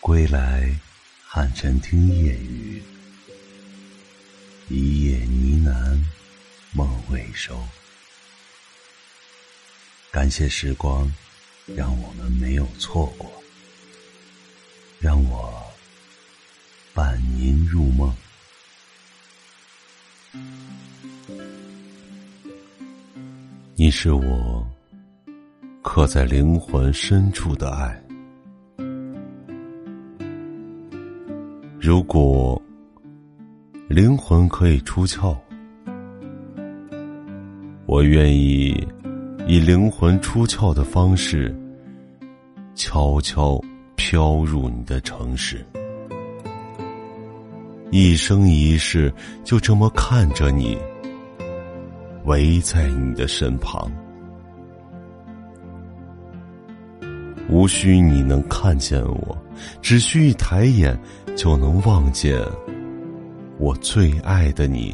归来汉晨听夜雨，一夜呢喃梦未收。感谢时光让我们没有错过，让我伴您入梦。你是我刻在灵魂深处的爱，如果灵魂可以出窍，我愿意以灵魂出窍的方式悄悄飘入你的城市，一生一世就这么看着你，围在你的身旁，无需你能看见我，只需一抬眼就能望见我最爱的你。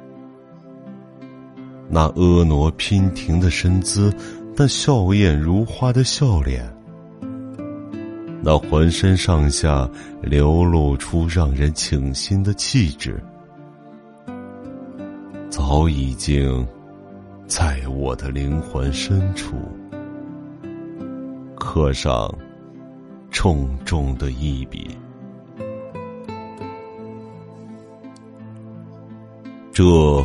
那婀娜娉婷的身姿，那笑靥如花的笑脸，那浑身上下流露出让人倾心的气质，早已经在我的灵魂深处刻上重重的一笔。这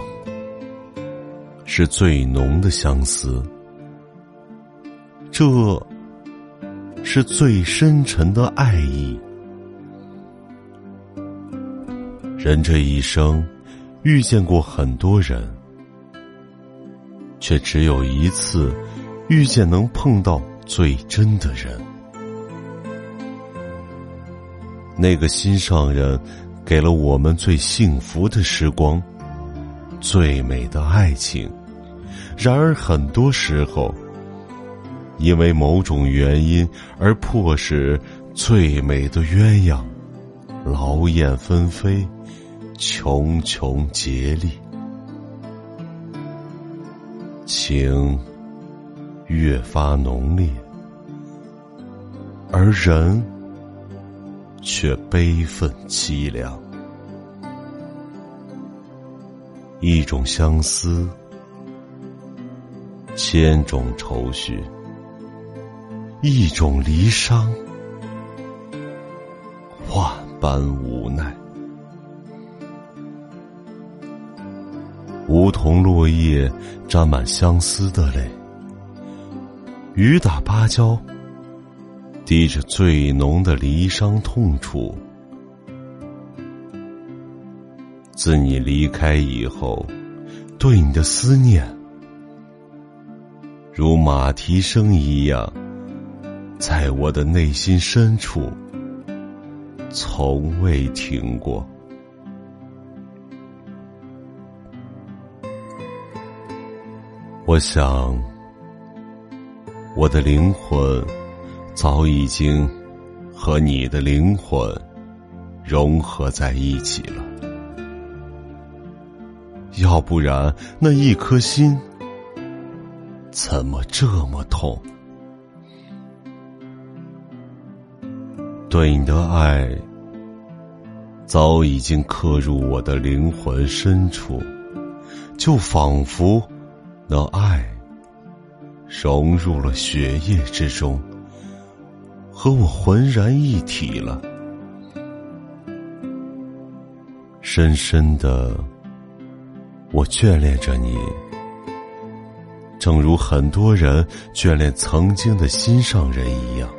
是最浓的相思，这是最深沉的爱意。人这一生遇见过很多人，却只有一次遇见能碰到最真的人。那个心上人给了我们最幸福的时光，最美的爱情。然而很多时候，因为某种原因而迫使最美的鸳鸯劳燕分飞，茕茕孑立，情越发浓烈，而人却悲愤凄凉。一种相思，千种愁绪；一种离殇，万般无奈。梧桐落叶沾满相思的泪，雨打芭蕉滴着最浓的离殇痛楚。自你离开以后，对你的思念如马蹄声一样，在我的内心深处从未停过。我想，我的灵魂早已经和你的灵魂融合在一起了，要不然那一颗心怎么这么痛？对你的爱早已经刻入我的灵魂深处，就仿佛那爱融入了血液之中，和我浑然一体了。深深的我眷恋着你，正如很多人眷恋曾经的心上人一样，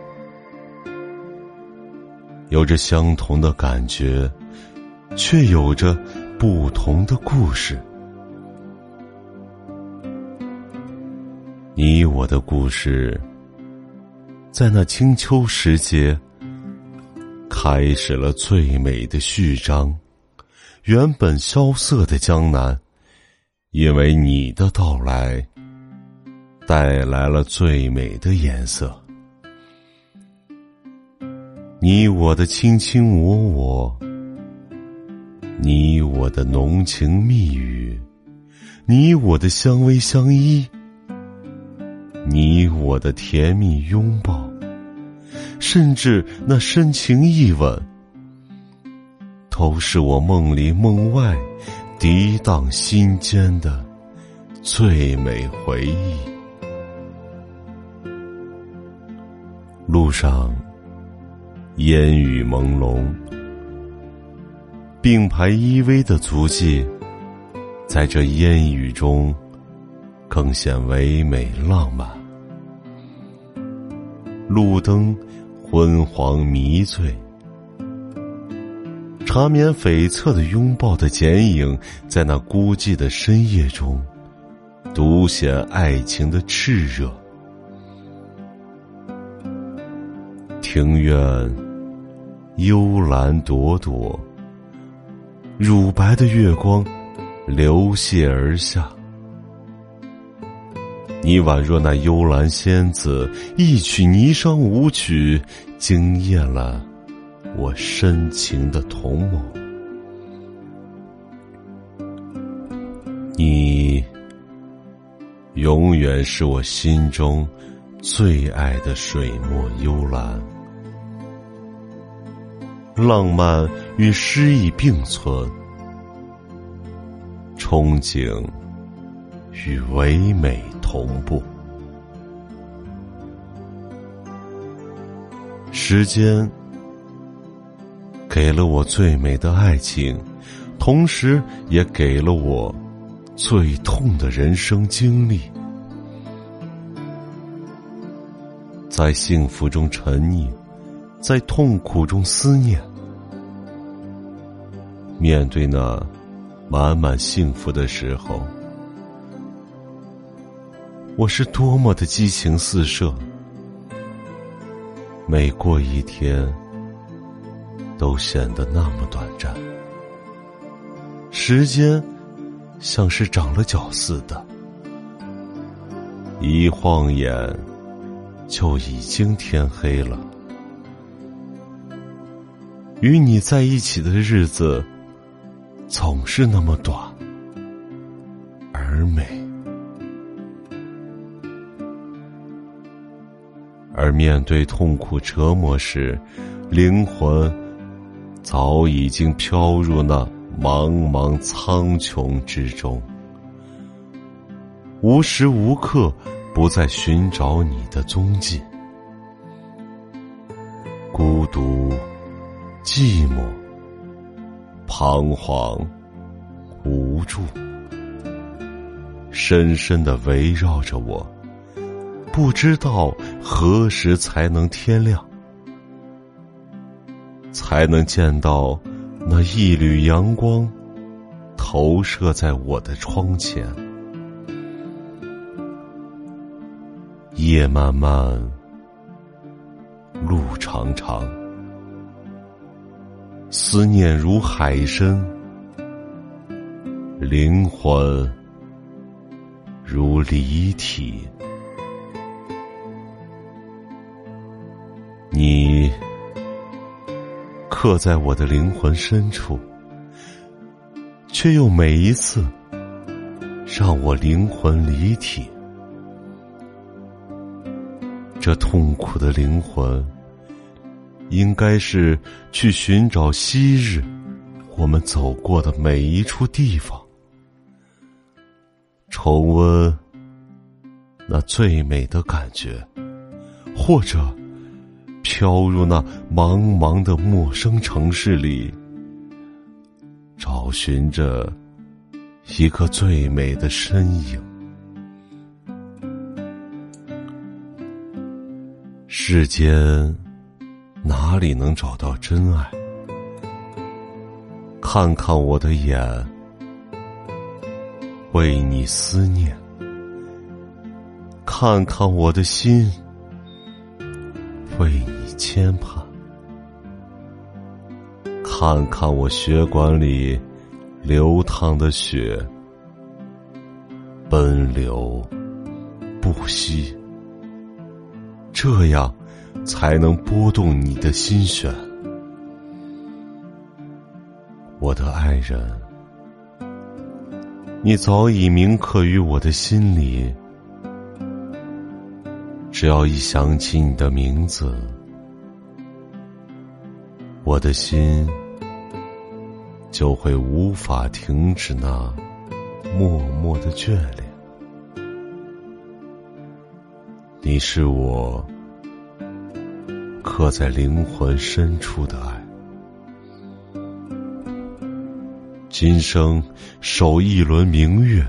有着相同的感觉，却有着不同的故事。你我的故事，在那清秋时节开始了最美的序章。原本萧瑟的江南，因为你的到来带来了最美的颜色。你我的卿卿我我，你我的浓情蜜语，你我的相偎相依，你我的甜蜜拥抱， 甚至那深情一吻，都是我梦里梦外涤荡心间的最美回忆。路上烟雨朦胧，并排依偎的足迹在这烟雨中更显唯美浪漫。路灯昏黄迷醉，缠绵悱恻的拥抱的剪影，在那孤寂的深夜中独显爱情的炽热。庭院幽兰朵朵，乳白的月光流泻而下，你宛若那幽兰仙子，一曲霓裳舞曲，惊艳了我深情的瞳眸。你永远是我心中最爱的水墨幽兰，浪漫与诗意并存，憧憬与唯美同步。时间给了我最美的爱情，同时也给了我最痛的人生经历。在幸福中沉溺，在痛苦中思念，面对那满满幸福的时候，我是多么的激情四射，每过一天都显得那么短暂，时间像是长了脚似的，一晃眼就已经天黑了。与你在一起的日子总是那么短而美，而面对痛苦折磨时，灵魂早已经飘入那茫茫苍穹之中，无时无刻不在寻找你的踪迹。孤独、寂寞、彷徨、无助，深深地围绕着我，不知道何时才能天亮，才能见到那一缕阳光投射在我的窗前。夜漫漫，路长长，思念如海深，灵魂如离体。你刻在我的灵魂深处，却又每一次让我灵魂离体。这痛苦的灵魂应该是去寻找昔日我们走过的每一处地方，重温那最美的感觉，或者飘入那茫茫的陌生城市里，找寻着一个最美的身影。世间哪里能找到真爱？看看我的眼，为你思念；看看我的心，为你牵绊；看看我血管里流淌的血，奔流不息。这样才能拨动你的心弦。我的爱人，你早已铭刻于我的心里，只要一想起你的名字， 我的心就会无法停止那默默的眷恋。你是我刻在灵魂深处的爱，今生守一轮明月，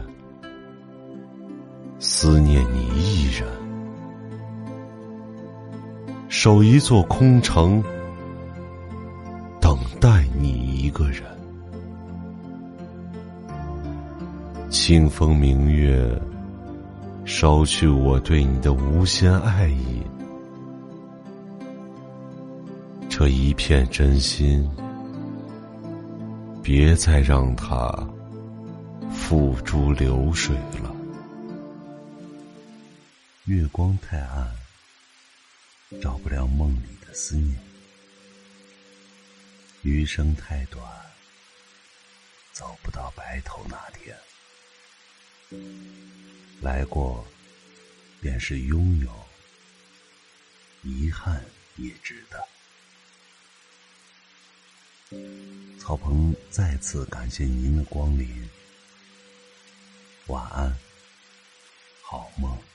思念你一人，守一座空城，等待你一个人。清风明月捎去我对你的无限爱意，这一片真心，别再让它付诸流水了。 月光太暗，照不了梦里的思念；余生太短，走不到白头那天。来过便是拥有，遗憾也值得。曹鹏再次感谢您的光临，晚安，好梦。